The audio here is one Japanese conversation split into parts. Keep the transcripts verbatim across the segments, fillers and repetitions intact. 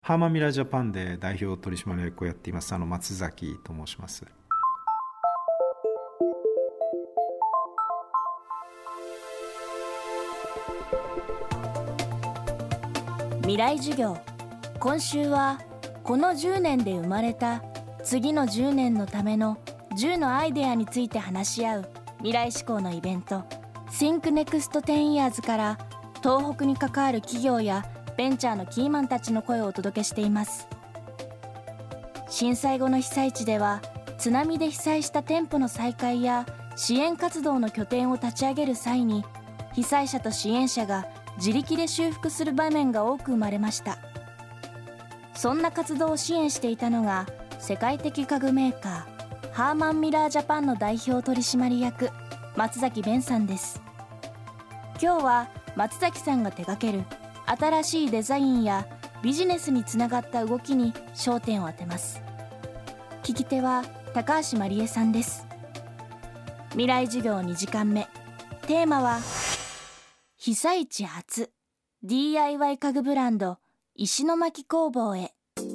ハーマンミラージャパンで代表取締役をやっていますあの松崎と申します。 未来授業、今週はこのじゅうねんで生まれた次のじゅうねんのためのじゅうのアイデアについて話し合う未来志向のイベント Think Next テン Years から東北に関わる企業やベンチャーのキーマンたちの声をお届けしています。震災後の被災地では津波で被災した店舗の再開や支援活動の拠点を立ち上げる際に被災者と支援者が自力で修復する場面が多く生まれました。そんな活動を支援していたのが世界的家具メーカーハーマンミラージャパンの代表取締役松崎弁さんです。今日は松崎さんが手掛ける新しいデザインやビジネスにつながった動きに焦点を当てます。聞き手は高橋まりえさんです。未来授業にじかんめ、テーマは被災地発 ディーアイワイ 家具ブランド石巻工房へ。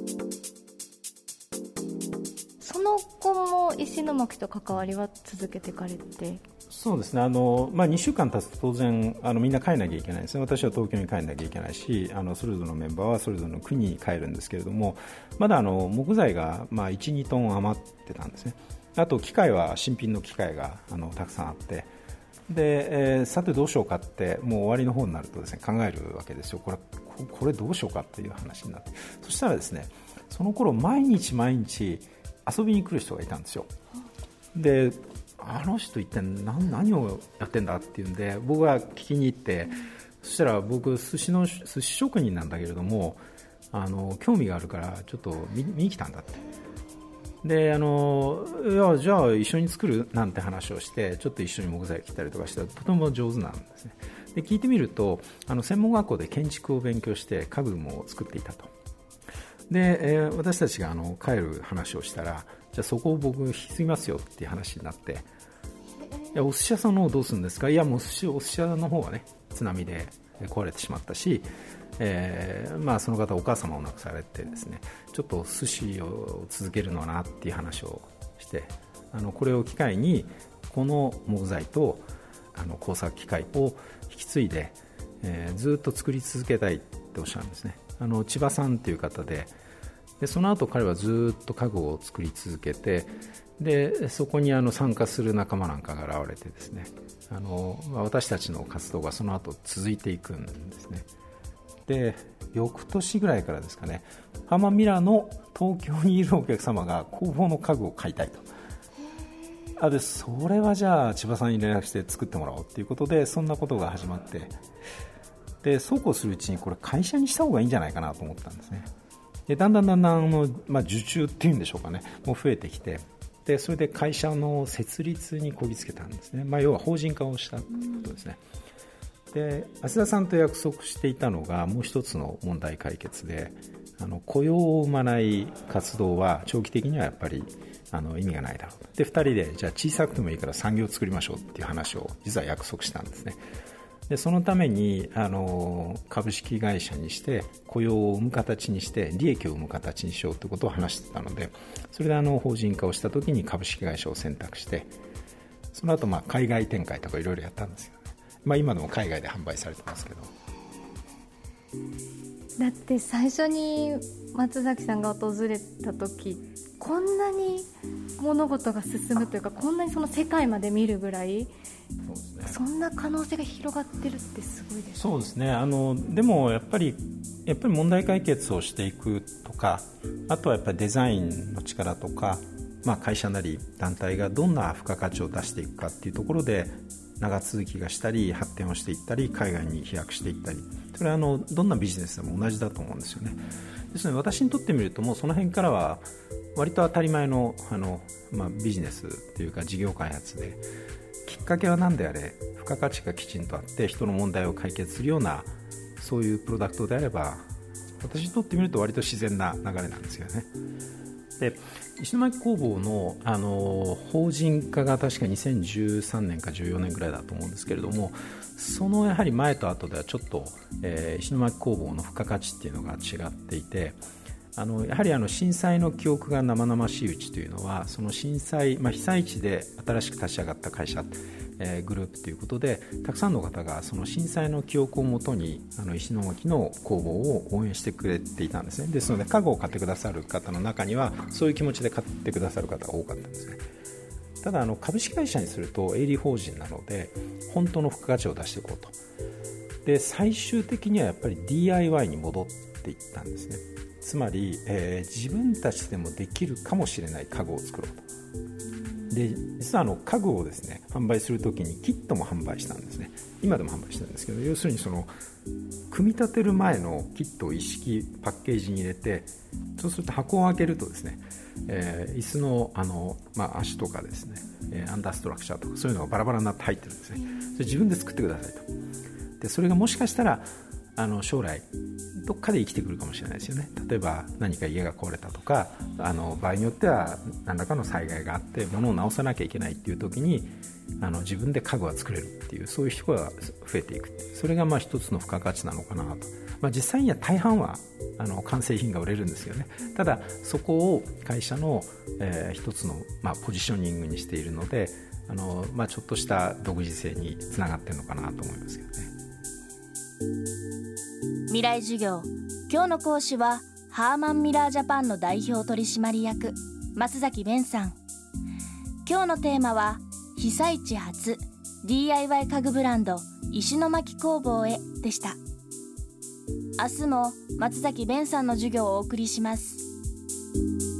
その後も石巻と関わりは続けていかれて。 そうですね、あの、まあ、にしゅうかん経つと当然あのみんな帰らなきゃいけないですね。私は東京に帰らなきゃいけないし、あのそれぞれのメンバーはそれぞれの国に帰るんですけれども、まだあの木材がまあいち、にトン余ってたんですね。あと機械は新品の機械があのたくさんあって、で、えー、さてどうしようかってもう終わりの方になるとですね、考えるわけですよ。これ、これどうしようかっていう話になって、そしたらですね、その頃毎日毎日遊びに来る人がいたんですよ。で、あの人一体 何, 何をやってんだっていうんで僕は聞きに行って、そしたら僕寿司の寿司職人なんだけれども、あの興味があるからちょっと 見, 見に来たんだって。で、あのいやじゃあ一緒に作るなんて話をして、ちょっと一緒に木材切ったりとかしたらとても上手なんですね。で、聞いてみると、あの専門学校で建築を勉強して家具も作っていたと。で、えー、私たちがあの帰る話をしたら、じゃあそこを僕引き継ぎますよっていう話になって、いやお寿司屋さんの方どうするんですか。いやもう寿司お寿司屋の方はね津波で壊れてしまったし、えーまあ、その方お母様を亡くされてですね、ちょっと寿司を続けるのはなっていう話をして、あのこれを機会にこの木材とあの工作機械を引き継いで、えー、ずっと作り続けたいっておっしゃるんですね。あの千葉さんという方で、でその後彼はずっと家具を作り続けて、でそこにあの参加する仲間なんかが現れてですね、あの私たちの活動がその後続いていくんですね。で翌年ぐらいからですかね、ハーマンミラーの東京にいるお客様が工房の家具を買いたいと。あでそれはじゃあ千葉さんに連絡して作ってもらおうということで、そんなことが始まって、でそうこうするうちにこれ会社にした方がいいんじゃないかなと思ったんですね。でだんだんだんだんあの、まあ、受注っていうんでしょうかね、もう増えてきて、でそれで会社の設立にこぎつけたんですね。まあ、要は法人化をしたということですね。で芦田さんと約束していたのがもう一つの問題解決で、あの雇用を生まない活動は長期的にはやっぱりあの意味がないだろう。でふたりでじゃあ小さくてもいいから産業を作りましょうっていう話を実は約束したんですね。でそのためにあの株式会社にして雇用を生む形にして利益を生む形にしようということを話していたので、それであの法人化をしたときに株式会社を選択して、その後まあ海外展開とかいろいろやったんですよね。まあ、今でも海外で販売されてますけど。 だって最初に松崎さんが訪れた時、こんなに物事が進むというか、こんなにその世界まで見るぐらい、そうですね、そんな可能性が広がってるってすごいですね。 そうですね。あのでもやっぱりやっぱり問題解決をしていくとか、あとはやっぱりデザインの力とか、まあ、会社なり団体がどんな付加価値を出していくかっていうところで長続きがしたり発展をしていったり海外に飛躍していったり、それはあのどんなビジネスでも同じだと思うんですよね。ですので私にとってみるともうその辺からは割と当たり前の、あの、まあ、ビジネスというか事業開発で、きっかけは何であれ付加価値がきちんとあって人の問題を解決するようなそういうプロダクトであれば、私にとってみると割と自然な流れなんですよね。で石巻工房 の, あの法人化が確かにせんじゅうさんねんかじゅうよねんぐらいだと思うんですけれども、そのやはり前と後ではちょっと、えー、石巻工房の付加価値っていうのが違っていて、 あのやはりあの震災の記憶が生々しいうちというのは、その震災、まあ、被災地で新しく立ち上がった会社、えー、グループということで、たくさんの方がその震災の記憶をもとにあの石巻の工房を応援してくれていたんですね。ですので家具を買ってくださる方の中にはそういう気持ちで買ってくださる方が多かったんですね。ただあの株式会社にすると営利法人なので本当の付加価値を出していこうと。で最終的にはやっぱり ディーアイワイ に戻っていったんですね。つまり、えー、自分たちでもできるかもしれない家具を作ろうと。で実はあの家具をですね販売するときにキットも販売したんですね。今でも販売してるんですけど、要するにその組み立てる前のキットを一式パッケージに入れて、そうすると箱を開けるとですね、えー、椅子の、あの、まあ、足とかですね、えー、アンダーストラクチャーとかそういうのがバラバラになって入ってるんですね。それ自分で作ってくださいと。でそれがもしかしたらあの将来どっかで生きてくるかもしれないですよね。例えば何か家が壊れたとか、あの場合によっては何らかの災害があって物を直さなきゃいけないっていう時にあの自分で家具は作れるっていう、そういう人が増えていく。それがまあ一つの付加価値なのかなと。まあ、実際には大半はあの完成品が売れるんですよね。ただそこを会社の、えー、一つの、まあ、ポジショニングにしているので、あの、まあ、ちょっとした独自性につながっているのかなと思いますけどね。 未来授業、今日の講師はハーマンミラージャパンの代表取締役松崎弁さん。今日のテーマは被災地初 ディーアイワイ 家具ブランド石巻工房へでした。明日も松崎弁さんの授業をお送りします。